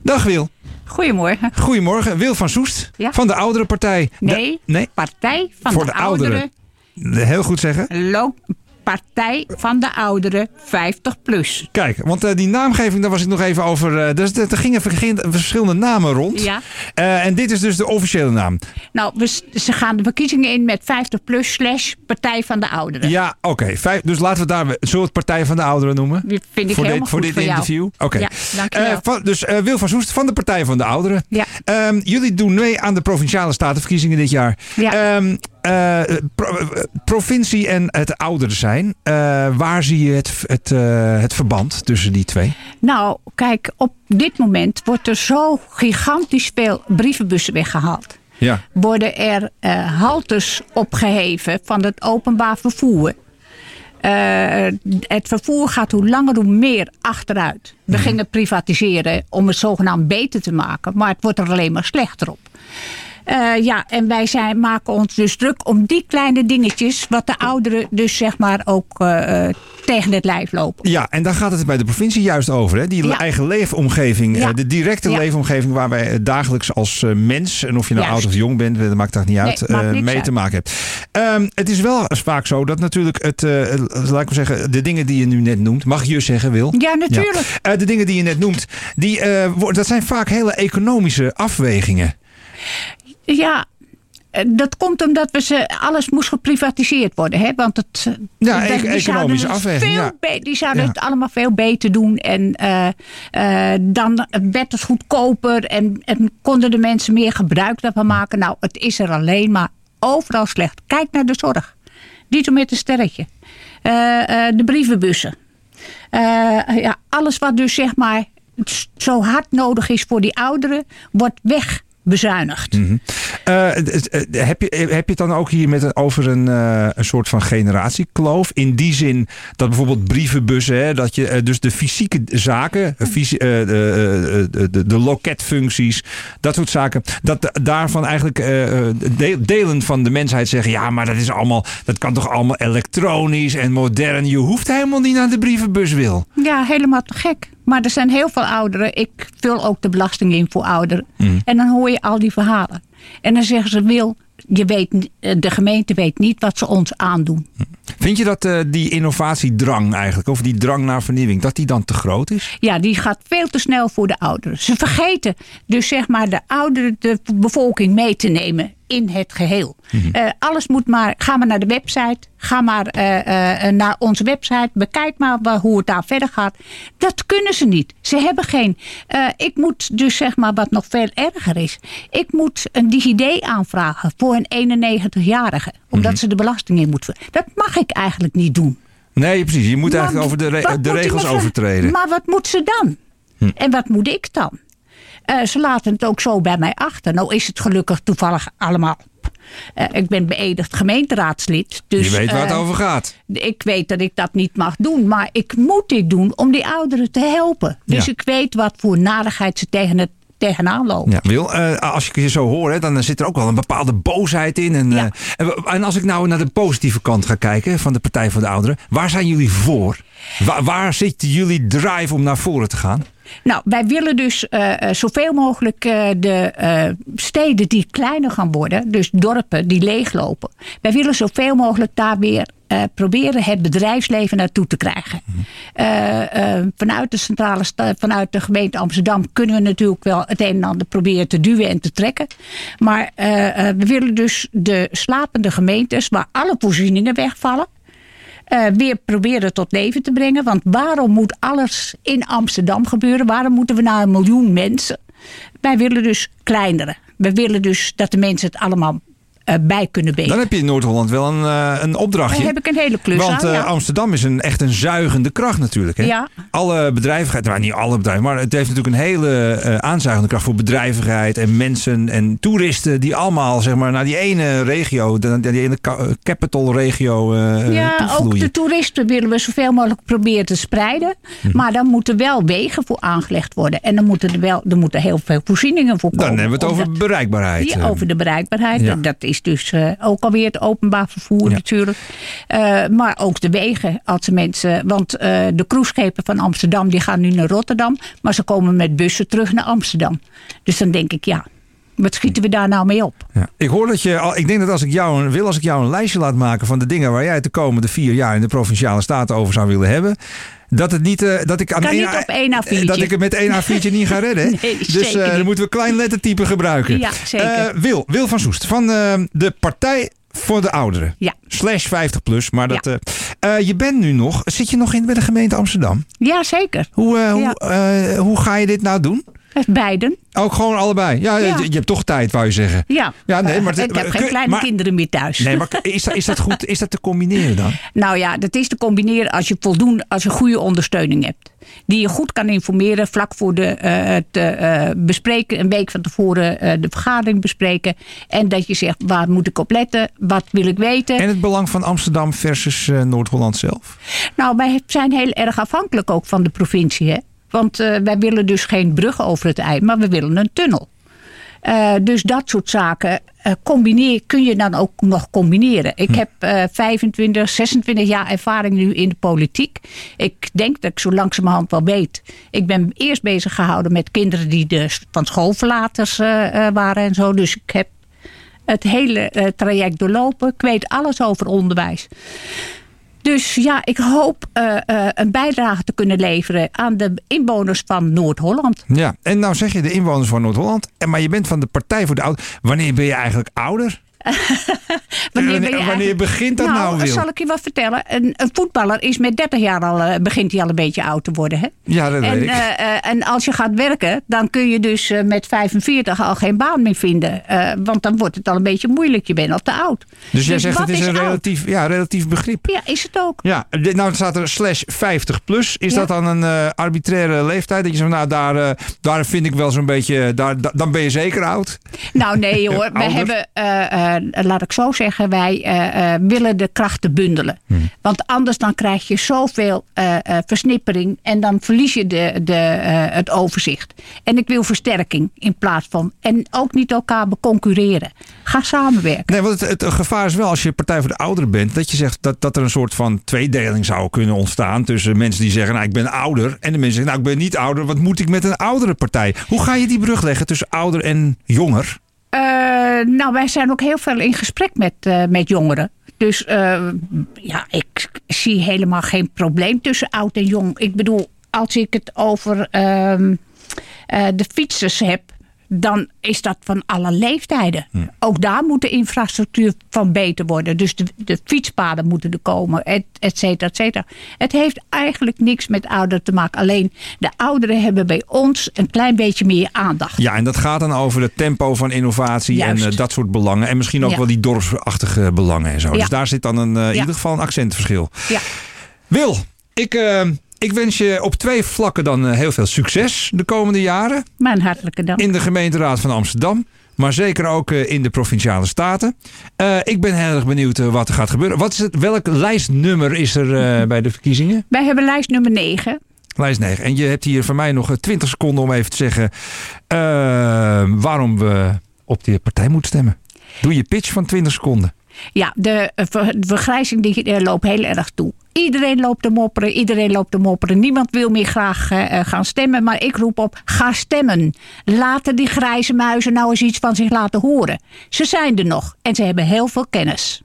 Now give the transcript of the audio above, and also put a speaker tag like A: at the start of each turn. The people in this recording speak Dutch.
A: Dag Wil.
B: Goedemorgen.
A: Goedemorgen. Wil van Soest van de Oudere Partij.
B: Nee, Partij van
A: voor
B: de Ouderen.
A: Heel goed zeggen.
B: Partij van de Ouderen 50 plus.
A: Kijk, want die naamgeving, daar was ik nog even over. Er gingen verschillende namen rond.
B: Ja.
A: En dit is dus de officiële naam.
B: Nou, ze gaan de verkiezingen in met 50 plus / Partij van de Ouderen.
A: Ja, oké. Dus laten we daar zullen we het Partij van de Ouderen noemen?
B: Dat vind ik helemaal goed
A: voor dit interview. Oké.
B: Ja, dankjewel.
A: Dus Wil van Soest van de Partij van de Ouderen.
B: Ja.
A: Jullie doen mee aan de Provinciale Statenverkiezingen dit jaar.
B: Ja.
A: Provincie en het ouder zijn. Waar zie je het verband tussen die twee?
B: Nou, kijk, op dit moment wordt er zo gigantisch veel brievenbussen weggehaald.
A: Ja.
B: Worden er haltes opgeheven van het openbaar vervoer. Het vervoer gaat hoe langer hoe meer achteruit. We gingen privatiseren om het zogenaamd beter te maken. Maar het wordt er alleen maar slechter op. En wij maken ons dus druk om die kleine dingetjes, wat de ouderen dus zeg maar ook tegen het lijf lopen. Ja,
A: en daar gaat het bij de provincie juist over. Hè? Die eigen leefomgeving, de directe leefomgeving waar wij dagelijks als mens, en of je nou oud of jong bent, dat maakt daar niet uit, mee te maken hebt. Het is wel vaak zo dat natuurlijk laat ik maar zeggen, de dingen die je nu net noemt, mag je zeggen, Wil?
B: Ja, natuurlijk.
A: Ja. De dingen die je net noemt, dat zijn vaak hele economische afwegingen.
B: Ja, dat komt omdat alles moest geprivatiseerd worden. Hè? Want
A: economische afweging.
B: Die zouden het allemaal veel beter doen. En dan werd het goedkoper. En konden de mensen meer gebruik daarvan maken. Nou, het is er alleen maar overal slecht. Kijk naar de zorg. Dito met een sterretje. De brievenbussen. Alles wat dus zeg maar zo hard nodig is voor die ouderen, wordt wegbezuinigd.
A: Mm-hmm. Heb je het dan ook hier over een soort van generatiekloof? In die zin dat bijvoorbeeld brievenbussen, hè, dat je dus de fysieke zaken, de loketfuncties, dat soort zaken, dat daarvan eigenlijk delen van de mensheid zeggen, ja, maar dat kan toch allemaal elektronisch en modern. Je hoeft helemaal niet naar de brievenbus, Wil.
B: Ja, helemaal te gek. Maar er zijn heel veel ouderen. Ik vul ook de belasting in voor ouderen. En dan hoor je al die verhalen. En dan zeggen ze, Wil, de gemeente weet niet wat ze ons aandoen.
A: Vind je dat die innovatiedrang eigenlijk, of die drang naar vernieuwing, dat die dan te groot is?
B: Ja, die gaat veel te snel voor de ouderen. Ze vergeten dus zeg maar de bevolking mee te nemen in het geheel. Alles moet maar, ga maar naar de website, ga maar naar onze website, bekijk maar hoe het daar verder gaat. Dat kunnen ze niet. Ze hebben geen. Ik moet dus zeg maar wat nog veel erger is. Ik moet een DigiD aanvragen voor een 91-jarige, omdat ze de belasting in moet. Dat mag ik eigenlijk niet doen.
A: Nee, precies. Je moet eigenlijk over de regels overtreden.
B: Maar wat moet ze dan? En wat moet ik dan? Ze laten het ook zo bij mij achter. Nou is het gelukkig toevallig allemaal. Ik ben beëdigd gemeenteraadslid. Dus,
A: je weet waar het over gaat.
B: Ik weet dat ik dat niet mag doen. Maar ik moet dit doen om die ouderen te helpen. Dus ik weet wat voor narigheid ze tegenaan lopen.
A: Ja, Wil, als ik je zo hoor, hè, dan zit er ook wel een bepaalde boosheid in. En als ik nou naar de positieve kant ga kijken van de Partij van de Ouderen. Waar zijn jullie voor? Waar zit jullie drive om naar voren te gaan?
B: Nou, wij willen dus zoveel mogelijk de steden die kleiner gaan worden, dus dorpen die leeglopen. Wij willen zoveel mogelijk daar weer proberen het bedrijfsleven naartoe te krijgen. Vanuit de gemeente Amsterdam kunnen we natuurlijk wel het een en ander proberen te duwen en te trekken. Maar we willen dus de slapende gemeentes waar alle voorzieningen wegvallen, weer proberen tot leven te brengen. Want waarom moet alles in Amsterdam gebeuren? Waarom moeten we naar 1 miljoen mensen? Wij willen dus kleinere. We willen dus dat de mensen het allemaal bij kunnen benen.
A: Dan heb je in Noord-Holland wel een opdrachtje.
B: Daar heb ik een hele klus
A: aan. Want Amsterdam is echt een zuigende kracht natuurlijk. Hè? Ja. Alle bedrijvigheid, nou niet alle bedrijven, maar het heeft natuurlijk een hele aanzuigende kracht voor bedrijvigheid en mensen en toeristen die allemaal zeg maar naar die ene regio, die ene capital regio toevloeien.
B: Ook de toeristen willen we zoveel mogelijk proberen te spreiden. Maar dan moeten wel wegen voor aangelegd worden. En dan moeten er moeten heel veel voorzieningen voor komen.
A: Dan hebben we het over bereikbaarheid.
B: Ja, over de bereikbaarheid. Ja. Dat is is dus ook alweer het openbaar vervoer natuurlijk. Maar ook de wegen als de mensen. Want de cruiseschepen van Amsterdam die gaan nu naar Rotterdam. Maar ze komen met bussen terug naar Amsterdam. Dus dan denk ik wat schieten we daar nou mee op?
A: Ja. Ik hoor dat ik denk dat als ik jou een lijstje laat maken van de dingen waar jij het de komende 4 jaar in de Provinciale Staten over zou willen hebben. Dat het niet, dat ik aan
B: niet op 1 A4'tje.
A: Dat ik het met 1 A4'tje niet ga redden.
B: Nee,
A: dus dan moeten we klein lettertype gebruiken.
B: Ja, zeker.
A: Wil van Soest van de Partij voor de Ouderen.
B: Ja.
A: /50+. Maar dat, je bent nu nog. Zit je nog bij de gemeente Amsterdam?
B: Ja, zeker.
A: Hoe ga je dit nou doen?
B: Beiden.
A: Ook gewoon allebei. Ja. Je hebt toch tijd, wou je zeggen.
B: Ja,
A: nee, maar
B: ik heb geen kleine kinderen meer thuis.
A: Nee, maar is dat goed? Is dat te combineren dan?
B: Nou ja, dat is te combineren als je goede ondersteuning hebt. Die je goed kan informeren vlak voor het bespreken. Een week van tevoren de vergadering bespreken. En dat je zegt, waar moet ik op letten? Wat wil ik weten?
A: En het belang van Amsterdam versus Noord-Holland zelf?
B: Nou, wij zijn heel erg afhankelijk ook van de provincie, hè? Want wij willen dus geen brug over het IJ, maar we willen een tunnel. Dus dat soort zaken kun je dan ook nog combineren. Ik heb 25, 26 jaar ervaring nu in de politiek. Ik denk dat ik zo langzamerhand wel weet. Ik ben eerst bezig gehouden met kinderen die van schoolverlaters waren en zo. Dus ik heb het hele traject doorlopen. Ik weet alles over onderwijs. Dus ik hoop een bijdrage te kunnen leveren aan de inwoners van Noord-Holland.
A: Ja, en nou zeg je de inwoners van Noord-Holland. Maar je bent van de Partij voor de Ouderen. Wanneer ben je eigenlijk ouder? Wanneer begint dat nou weer?
B: Zal ik je wat vertellen. Een voetballer is met 30 jaar begint hij al een beetje oud te worden. Hè?
A: Ja, dat weet ik.
B: En als je gaat werken, dan kun je dus met 45 al geen baan meer vinden. Want dan wordt het al een beetje moeilijk. Je bent al te oud.
A: Dus jij zegt het is een relatief begrip.
B: Ja, is het ook.
A: Ja, nou staat er /50+. Is dat dan een arbitraire leeftijd? Dat je zegt, daar vind ik wel zo'n beetje, dan ben je zeker oud?
B: Nou nee hoor, we hebben, laat ik zo zeggen, wij willen de krachten bundelen. Want anders dan krijg je zoveel versnippering en dan verlies je het overzicht. En ik wil versterking in plaats van, en ook niet elkaar beconcurreren. Ga samenwerken. Nee,
A: want het gevaar is wel als je Partij voor de Ouderen bent, dat je zegt dat er een soort van tweedeling zou kunnen ontstaan tussen mensen die zeggen, ik ben ouder, en de mensen zeggen, ik ben niet ouder, wat moet ik met een oudere partij? Hoe ga je die brug leggen tussen ouder en jonger?
B: Wij zijn ook heel veel in gesprek met jongeren. Dus ik zie helemaal geen probleem tussen oud en jong. Ik bedoel, als ik het over de fietsers heb, dan is dat van alle leeftijden. Ook daar moet de infrastructuur van beter worden. Dus de fietspaden moeten er komen, et cetera, et cetera. Het heeft eigenlijk niks met ouderen te maken. Alleen de ouderen hebben bij ons een klein beetje meer aandacht. Ja,
A: en dat gaat dan over het tempo van innovatie. Juist. En dat soort belangen. En misschien ook wel die dorpsachtige belangen en zo. Ja. Dus daar zit dan in ieder geval een accentverschil. Ja. Wil, ik wens je op 2 vlakken dan heel veel succes de komende jaren.
B: Mijn hartelijke dank.
A: In de gemeenteraad van Amsterdam. Maar zeker ook in de Provinciale Staten. Ik ben heel erg benieuwd wat er gaat gebeuren. Welk lijstnummer is er bij de verkiezingen?
B: Wij hebben lijst nummer 9.
A: Lijst 9. En je hebt hier van mij nog 20 seconden om even te zeggen waarom we op die partij moeten stemmen. Doe je pitch van 20 seconden.
B: Ja, de vergrijzing die loopt heel erg toe. Iedereen loopt te mopperen. Niemand wil meer graag gaan stemmen. Maar ik roep op, ga stemmen. Laten die grijze muizen nou eens iets van zich laten horen. Ze zijn er nog en ze hebben heel veel kennis.